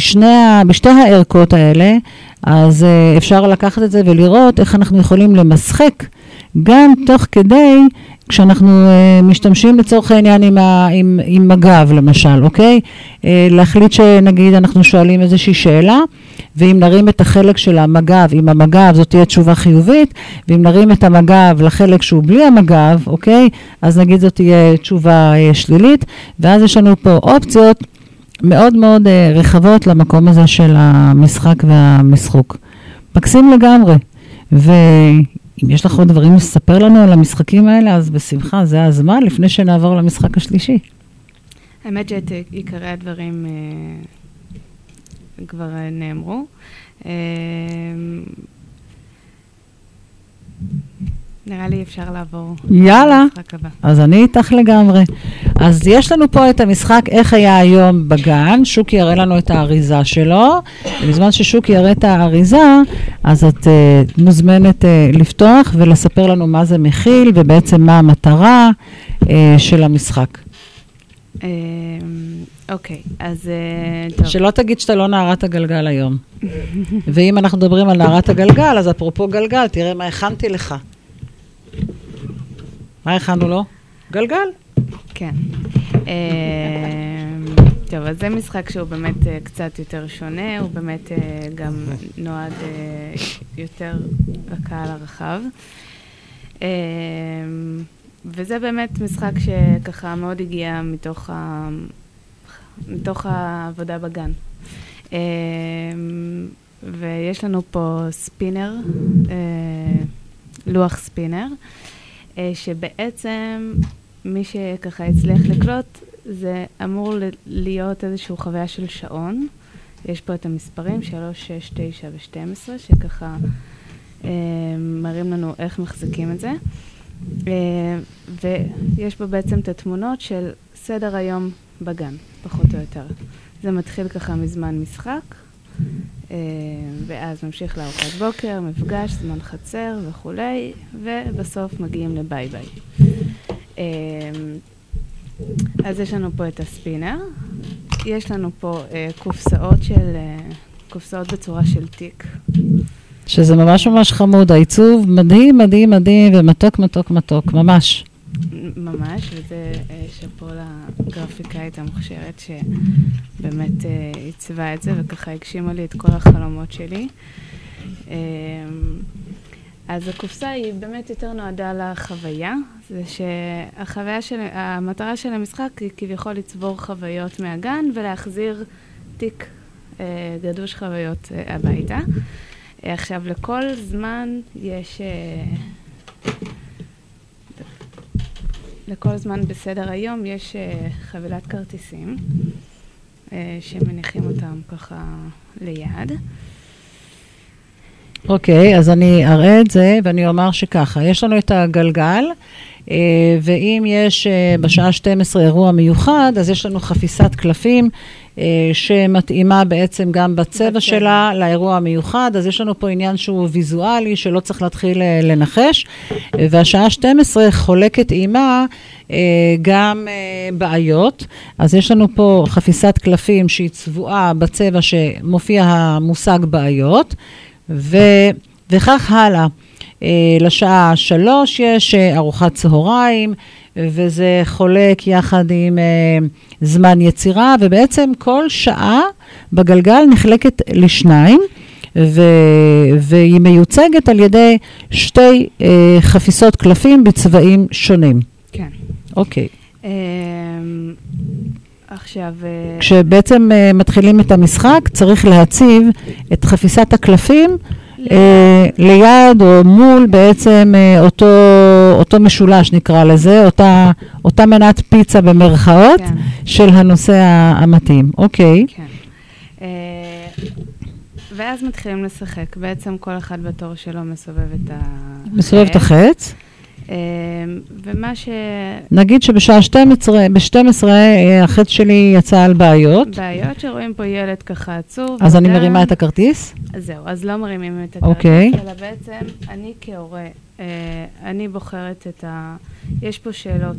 בשתי הערכות האלה, אז אפשר לקחת את זה ולראות איך אנחנו יכולים למשחק, גם תוך כדי, כשאנחנו משתמשים לצורך העניין עם מגב למשל, אוקיי? להחליט שנגיד אנחנו שואלים איזושהי שאלה, ואם נרים את החלק של המגב, עם המגב זאת תהיה תשובה חיובית, ואם נרים את המגב לחלק שהוא בלי המגב, אוקיי? אז נגיד זאת תהיה תשובה שלילית, ואז יש לנו פה אופציות מאוד מאוד רחבות למקום הזה של המשחק והמשחוק. מקסים לגמרי. אם יש לך עוד דברים לספר לנו על המשחקים האלה, אז בשמחה, זה הזמן, לפני שנעבור למשחק השלישי. האמת שאת עיקרי הדברים כבר נאמרו. נראה לי אפשר לעבור. יאללה, אז אני איתך לגמרי. אז יש לנו פה את המשחק איך היה היום בגן, שוקי יראה לנו את האריזה שלו, ובזמן ששוקי יראה את האריזה, אז את מוזמנת לפתוח ולספר לנו מה זה מכיל, ובעצם מה המטרה של המשחק. אוקיי, אז שלא תגיד שאתה לא נערת הגלגל היום. ואם אנחנו מדברים על נערת הגלגל, אז אפרופו גלגל, תראה מה הכנתי לך. מה הכנו לו? גלגל. כן. טוב, אז זה משחק שהוא באמת קצת יותר שונה, הוא באמת גם נועד יותר לקהל הרחב. וזה באמת משחק שככה מאוד הגיע מתוך העבודה בגן. ויש לנו פה ספינר, לוח ספינר, שבעצם מי שככה הצליח לקלוט, זה אמור להיות איזושהי חוויה של שעון. יש פה את המספרים 3, 6, 9 ו-12, שככה מראים לנו איך מחזיקים את זה. ויש פה בעצם את התמונות של סדר היום בגן, פחות או יותר. זה מתחיל ככה מזמן משחק, ואז ממשיך לארוחת בוקר, מפגש, זמן חצר וכולי, ובסוף מגיעים לביי ביי. אז יש לנו פה את הספינר, יש לנו פה קופסאות בצורה של תיק. שזה ממש ממש חמוד, העיצוב מדהים, מדהים, מדהים, ומתוק, מתוק, מתוק, ממש. ממש, וזה שפה לגרפיקאית המוכשרת שבאמת עיצבה את זה, וככה הגשימה לי את כל החלומות שלי. אז הקופסה היא באמת יותר נועדה לחוויה, זה המטרה של המשחק היא כביכול לצבור חוויות מהגן ולהחזיר תיק גדוש חוויות הביתה. עכשיו, לכל זמן יש... לכל זמן בסדר היום יש חבילת כרטיסים שמניחים אותם ככה ליד. אוקיי, אז אני אראה את זה ואני אומר שככה, יש לנו את הגלגל, ואם יש בשעה 12 אירוע מיוחד, אז יש לנו חפיסת קלפים שמתאימה בעצם גם בצבע שלה לאירוע המיוחד, אז יש לנו פה עניין שהוא ויזואלי, שלא צריך להתחיל לנחש, והשעה 12 חולקת אימה גם בעיות, אז יש לנו פה חפיסת קלפים שהיא צבועה בצבע שמופיע המושג בעיות, וכך הלאה. לשעה 3 יש ארוחת צהריים, וזה חולק יחד עם זמן יצירה, ובעצם כל שעה בגלגל נחלקת לשניים, והיא מיוצגת על ידי 2 חפיסות קלפים בצבעים שונים. כן. אוקיי. עכשיו... כשבעצם מתחילים את המשחק, צריך להציב את חפיסת הקלפים ליד או מול בעצם אותו משולש נקרא לזה, אותה מנת פיצה במרכאות של הנושא המתאים. אוקיי. כן. ואז מתחילים לשחק. בעצם כל אחד בתור שלו מסובב את החץ. ומה נגיד שבשעה 12 החץ שלי יצא על בעיות. בעיות שרואים פה ילד ככה עצוב. אז אני מרימה את הכרטיס? זהו, אז לא מרימים את הכרטיס, אלא בעצם אני כהורה, אני בוחרת יש פה שאלות,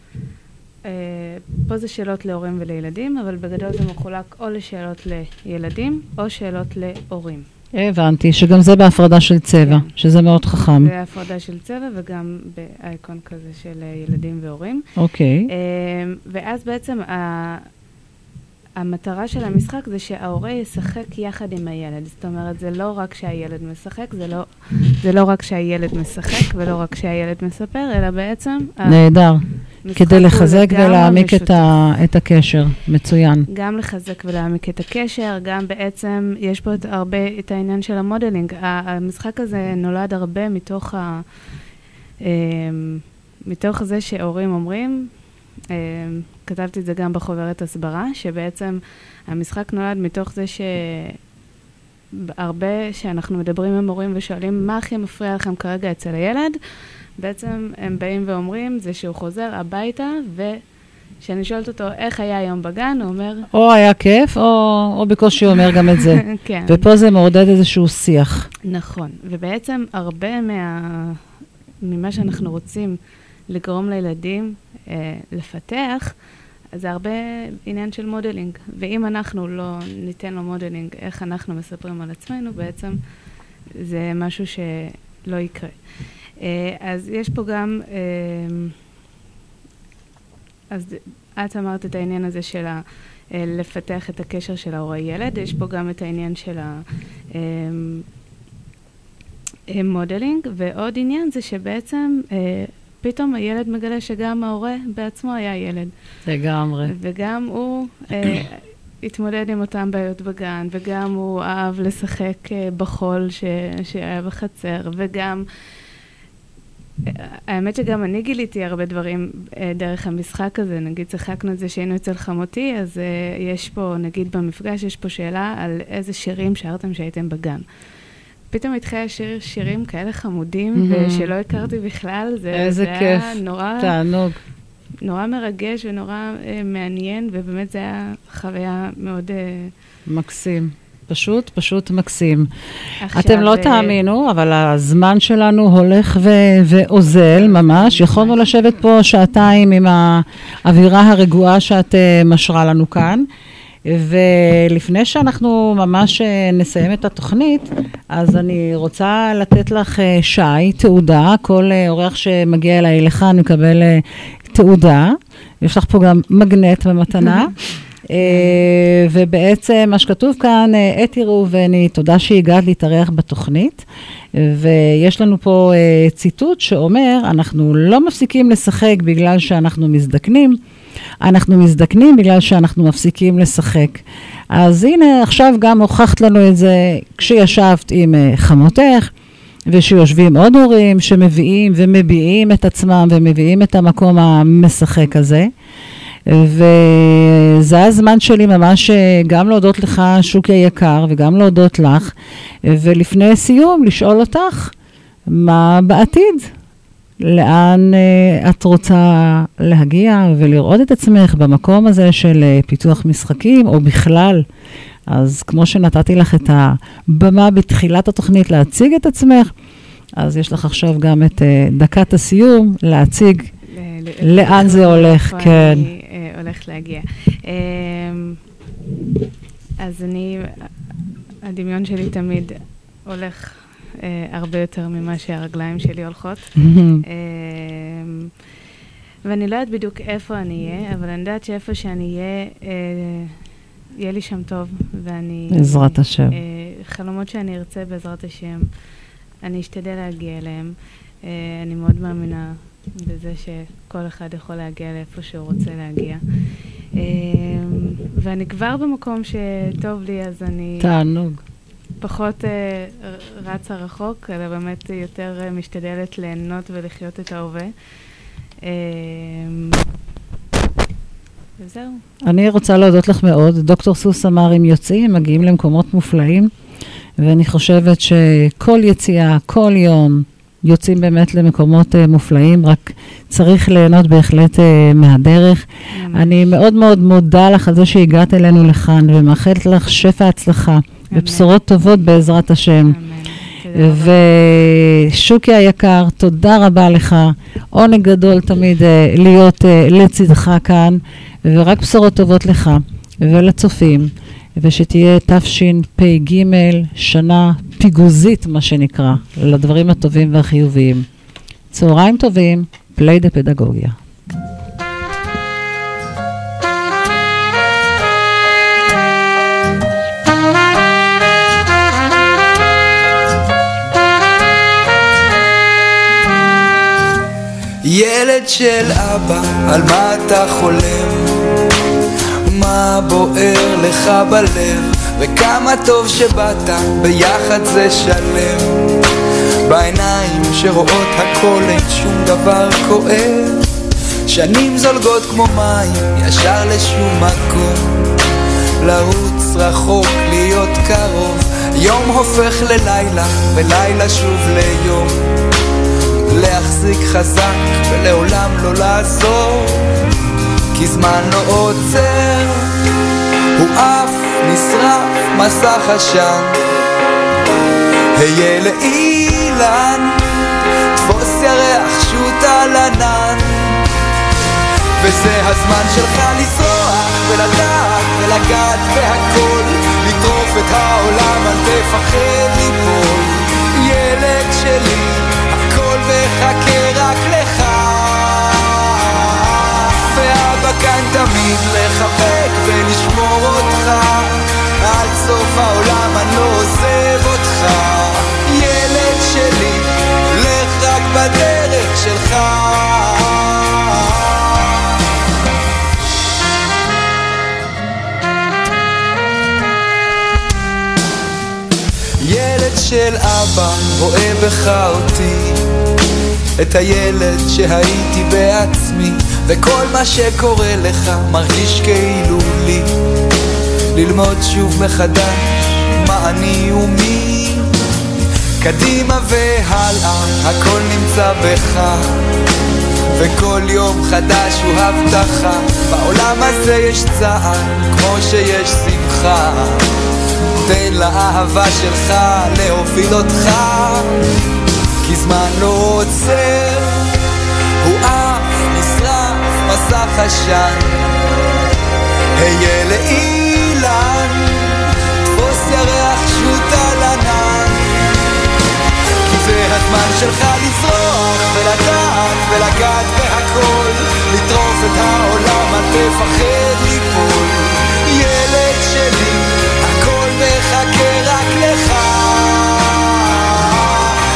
פה זה שאלות להורים ולילדים, אבל בגדול זה מחולק או לשאלות לילדים או שאלות להורים. הבנתי, שגם זה בהפרדה של צבע, שזה מאוד חכם. זה הפרדה של צבע וגם באייקון כזה של ילדים והורים. אוקיי. ואז בעצם המטרה של המשחק זה שההורה ישחק יחד עם הילד. זאת אומרת, זה לא רק שהילד משחק, זה לא רק שהילד משחק ולא רק שהילד מספר, אלא בעצם... נהדר. כדי לחזק ולהעמיק את הקשר. מצוין. גם לחזק ולהעמיק את הקשר, גם בעצם יש פה הרבה את העניין של המודלינג. המשחק הזה נולד הרבה מתוך זה שהורים אומרים, כתבתי את זה גם בחוברת הסברה, שבעצם המשחק נולד מתוך זה הרבה שאנחנו מדברים עם הורים ושואלים מה הכי מפריע לכם כרגע אצל הילד, בעצם הם באים ואומרים זה שהוא חוזר הביתה וכשאני שואלת אותו איך היה היום בגן, הוא אומר... או היה כיף או בקושי אומר גם את זה. כן. ופה זה מעודד איזשהו שיח. נכון, ובעצם הרבה ממה שאנחנו רוצים לגרום לילדים לפתח, אז זה הרבה עניין של מודלינג. ואם אנחנו לא ניתן לו מודלינג, איך אנחנו מספרים על עצמנו, בעצם זה משהו שלא יקרה. אז יש פה גם, אז את אמרת את העניין הזה של לפתח את הקשר של ההורה-ילד, יש פה גם את העניין של המודלינג, ועוד עניין זה שבעצם פתאום הילד מגלה שגם ההורה בעצמו היה ילד. לגמרי. וגם הוא התמודד עם אותם בעיות בגן, וגם הוא אהב לשחק בחול שהיה בחצר, וגם, האמת שגם אני גיליתי הרבה דברים דרך המשחק הזה, נגיד צחקנו את זה שהיינו אצל חמותי, אז יש פה, נגיד במפגש, יש פה שאלה על איזה שירים שרתם שהייתם בגן. פתאום התחילה שירים כאלה חמודים, ושלא הכרתי בכלל, איזה כיף, תענוג. נורא מרגש ונורא מעניין, ובאמת זה היה חוויה מאוד... מקסים. פשוט מקסים. אתם לא תאמינו, אבל הזמן שלנו הולך ואוזל ממש. יכולנו לשבת פה שעתיים עם האווירה הרגועה שאת משרה לנו כאן. ולפני שאנחנו ממש נסיים את התוכנית, אז אני רוצה לתת לך שי, תעודה. כל אורח שמגיע אליי לכאן מקבל תעודה. יש לך פה גם מגנט במתנה. ובעצם מה שכתוב כאן, אתי ראובני, תודה שהגעת להתארח בתוכנית. ויש לנו פה ציטוט שאומר, אנחנו לא מפסיקים לשחק בגלל שאנחנו מזדקנים, אנחנו מזדקנים בגלל שאנחנו מפסיקים לשחק. אז הנה, עכשיו גם הוכחת לנו את זה כשישבת עם חמותך, ושיושבים עוד הורים שמביאים ומביעים את עצמם ומביאים את המקום המשחק הזה. וזה הזמן שלי ממש גם להודות לך, שוקי היקר, וגם להודות לך, ולפני סיום לשאול אותך מה בעתיד, לאן את רוצה להגיע ולראות את עצמך במקום הזה של פיתוח משחקים או בכלל. אז כמו שנתתי לך את הבמה בתחילת התוכנית להציג את עצמך, אז יש לך עכשיו גם את דקת הסיום להציג לאן זה הולך. כן. אני הולכת להגיע. אז הדמיון שלי תמיד הולך הרבה יותר ממה שהרגליים שלי הולכות. ואני לא יודעת בדיוק איפה אני אהיה, אבל אני יודעת שאיפה שאני אהיה, יהיה לי שם טוב, ואני... בעזרת השם. חלומות שאני ארצה בעזרת השם, אני אשתדל להגיע אליהם. אני מאוד מאמינה בזה שכל אחד יכול להגיע לאיפה שהוא רוצה להגיע. ואני כבר במקום שטוב לי, אז אני... תענוג. פחות רצה רחוק, אלא באמת יותר משתדלת ליהנות ולחיות את ההווה. וזהו. אני רוצה להודות לך מאוד. דוקטור סוס אמר, אם יוצאים, מגיעים למקומות מופלאים, ואני חושבת שכל יציאה, כל יום, יוצאים באמת למקומות מופלאים, רק צריך ליהנות בהחלט מהדרך. אני מאוד מאוד מודה לך על זה שהגעת אלינו לכאן, ומאחלת לך שפע הצלחה, ובשורות טובות בעזרת השם. ושוקי היקר, תודה רבה לך, עונג גדול תמיד להיות לצדך כאן, ורק בשורות טובות לך ולצופים, ושתהיה תשפ"ג שנה פיגוזית, מה שנקרא, לדברים הטובים והחיוביים. צהריים טובים, פלייד הפדגוגיה. ילד של אבא, על מה אתה חולם? מה בוער לך בלב? וכמה טוב שבאת, ביחד זה שלם. בעיניים שרואות הכל אין שום דבר כואב. שנים זולגות כמו מים, ישר לשום מקום. לרוץ רחוק, להיות קרוב. יום הופך ללילה, ולילה שוב ליום. להחזיק חזק ולעולם לא לעזור, כי זמן לא עוצר, הוא אף נשרף מסך עשן. היה לאילן, תפוס ירח שוט על ענן, וזה הזמן שלך לזרוח ולדעת ולגעת בהכל, לטרוף את העולם, אל תפחד ליפול. ילד שלי, וחכה רק לך, ואבא כאן תמיד לחבק ולשמור אותך, עד סוף העולם אני לא עוזב אותך. ילד שלי, לך רק בדרך שלך. ילד של אבא רואה בך אותי, את הילד שהייתי בעצמי, וכל מה שקורה לך מרגיש כאילו לי. ללמוד שוב מחדש מה אני ומי, קדימה והלאה הכל נמצא בך, וכל יום חדש הוא הבטחה. בעולם הזה יש צער כמו שיש שמחה, תן לאהבה שלך להוביל אותך, כי זמן לא עוצר, הוא אף נשרף מסך עשן. היה לאילן, תפוס ירח שוט על ענן, כי זה הזמן שלך לזרוח ולדעת ולגעת בהכל, לטרוף את העולם, אל תפחד ליפול. ילד שלי, הכל מחכה רק לך,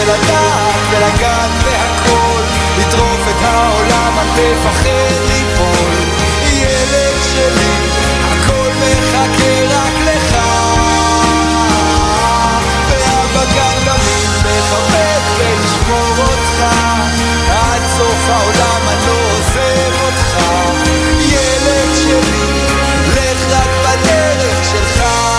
ולדעת ולגעת בהכל, לטרוף את העולם עד לפחד ליפול. ילד שלי, הכל מחכה רק לך, והבגן תמיד מחבק ולשמור אותך, עד סוף העולם אני לא עוזב אותך. ילד שלי, לך רק בדרך שלך.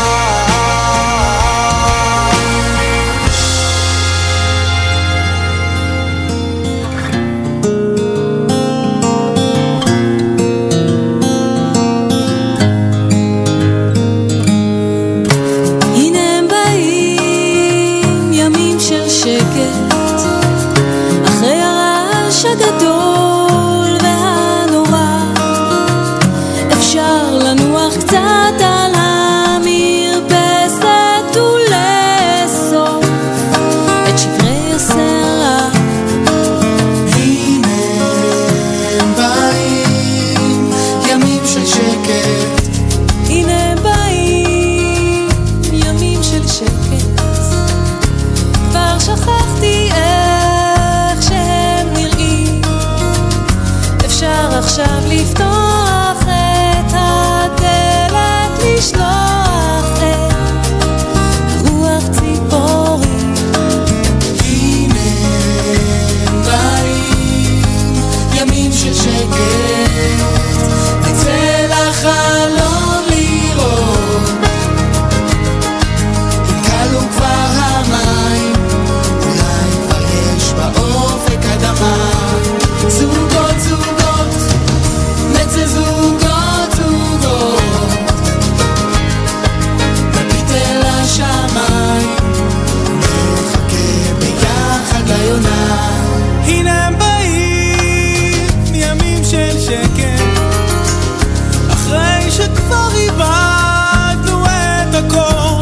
הגדול והנורא, אפשר לנוח קצת על המרפסת ולאסוף את שברי הסרע. הנה הם באים ימים של שקט, הנה הם באים ימים של שקט, כבר שכחתי עכשיו לפתוח את הדלת, לשלוח את רוח ציפורים. הנה הם באים ימים של שקט, נצא לחלום לראות, אם קלו כבר המים, אולי כבר יש באופק אדמה. זוגות זוגות, נצא זוגות זוגות, נביט אל השמיים, נחכה ביחד ליונה. הנה הם באים ימים של שקט, אחרי שכבר איבדנו את הכל.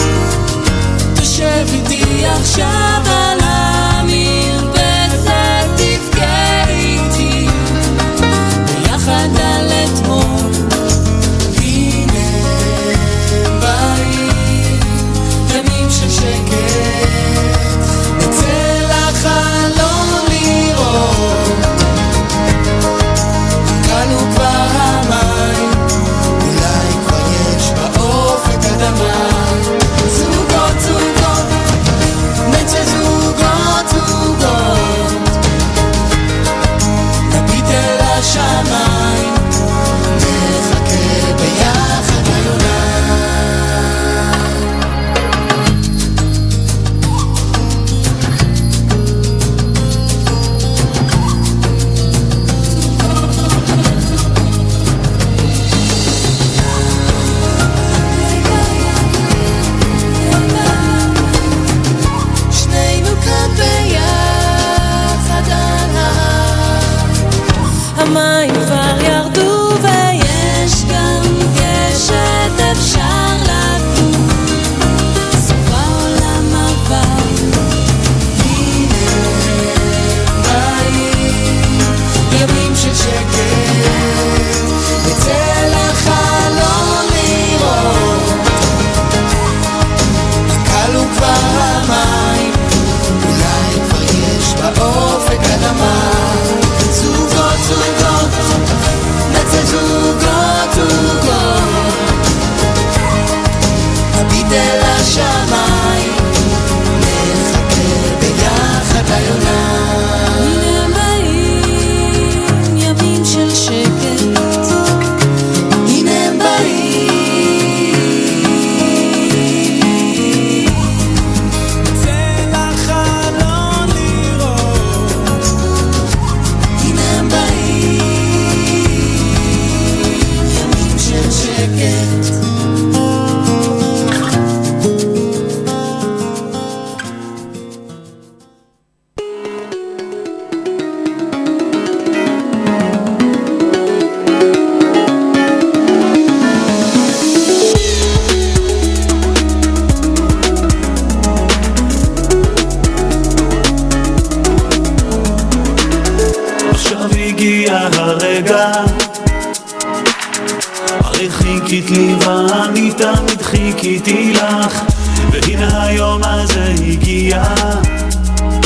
תשב איתי עכשיו על המרפסת, תבכה איתי ביחד על אתמול. הנה הם באים ימים של שקט, נצא לחלום לראות, קלו כבר המים, אולי כבר יש באופק אדמה. זוגות זוגות, נצא זוגות זוגות, נביט אל השמיים, נחכה ביחד ליונה. שנינו כאן ביחד על ההר, המים כבר ירדו ויש גם גשת, אפשר לקום, סוף העולם עבר. הנה הם באים ימים של שקט, נצא לחלום לראות, קלו כבר המים, אולי כבר יש באופק אדמה. זוגות זוגות, נצא זוגות זוגות, נביט אל השמיים, נחכה ביחד ליונה. הנה הם באים ימים של שקט, הנה הם באים צא לחלון לראות, הנה הם באים ימים של שקט. עכשיו הגיע הרגע, הרי חיכית לי ואני תמיד חיכיתי לך, והנה היום הזה הגיע,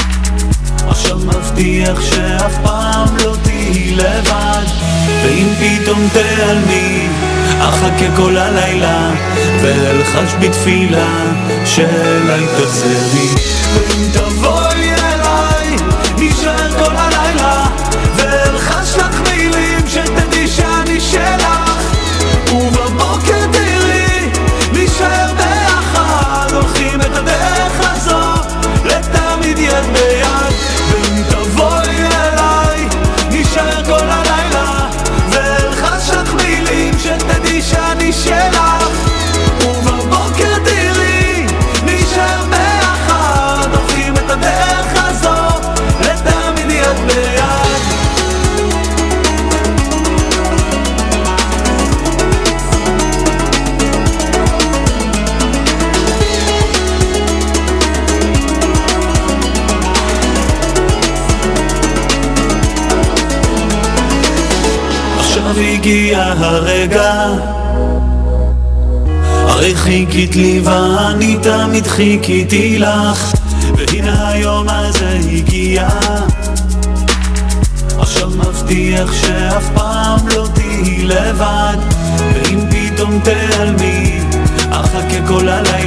עכשיו מבטיח שאף פעם לא תהי לבד, ואם פתאום תעלמי אחכה כל הלילה ואלחש בתפילה שאליי תחזרי, ואם תבואי אליי נשאר כל הלילה ואלחש לך מילים שתדעי שאני שלך, ובבוקר תראי נשאר ביחד, הולכים את הדרך הזו לתמיד יד ביד, ואם תבואי אליי נשאר כל הלילה ואלחש לך מילים שתדעי שאני שלך, ובבוקר תראי נשאר ביחד, הולכים את הדרך הזו לתמיד יד ביד. עכשיו הגיע הרגע, הרי חיכית לי ואני תמיד חיכיתי לך, והנה היום הזה הגיע, עכשיו מבטיח שאף פעם לא תהי לבד, ואם פתאום תעלמי אחכה כל הלילה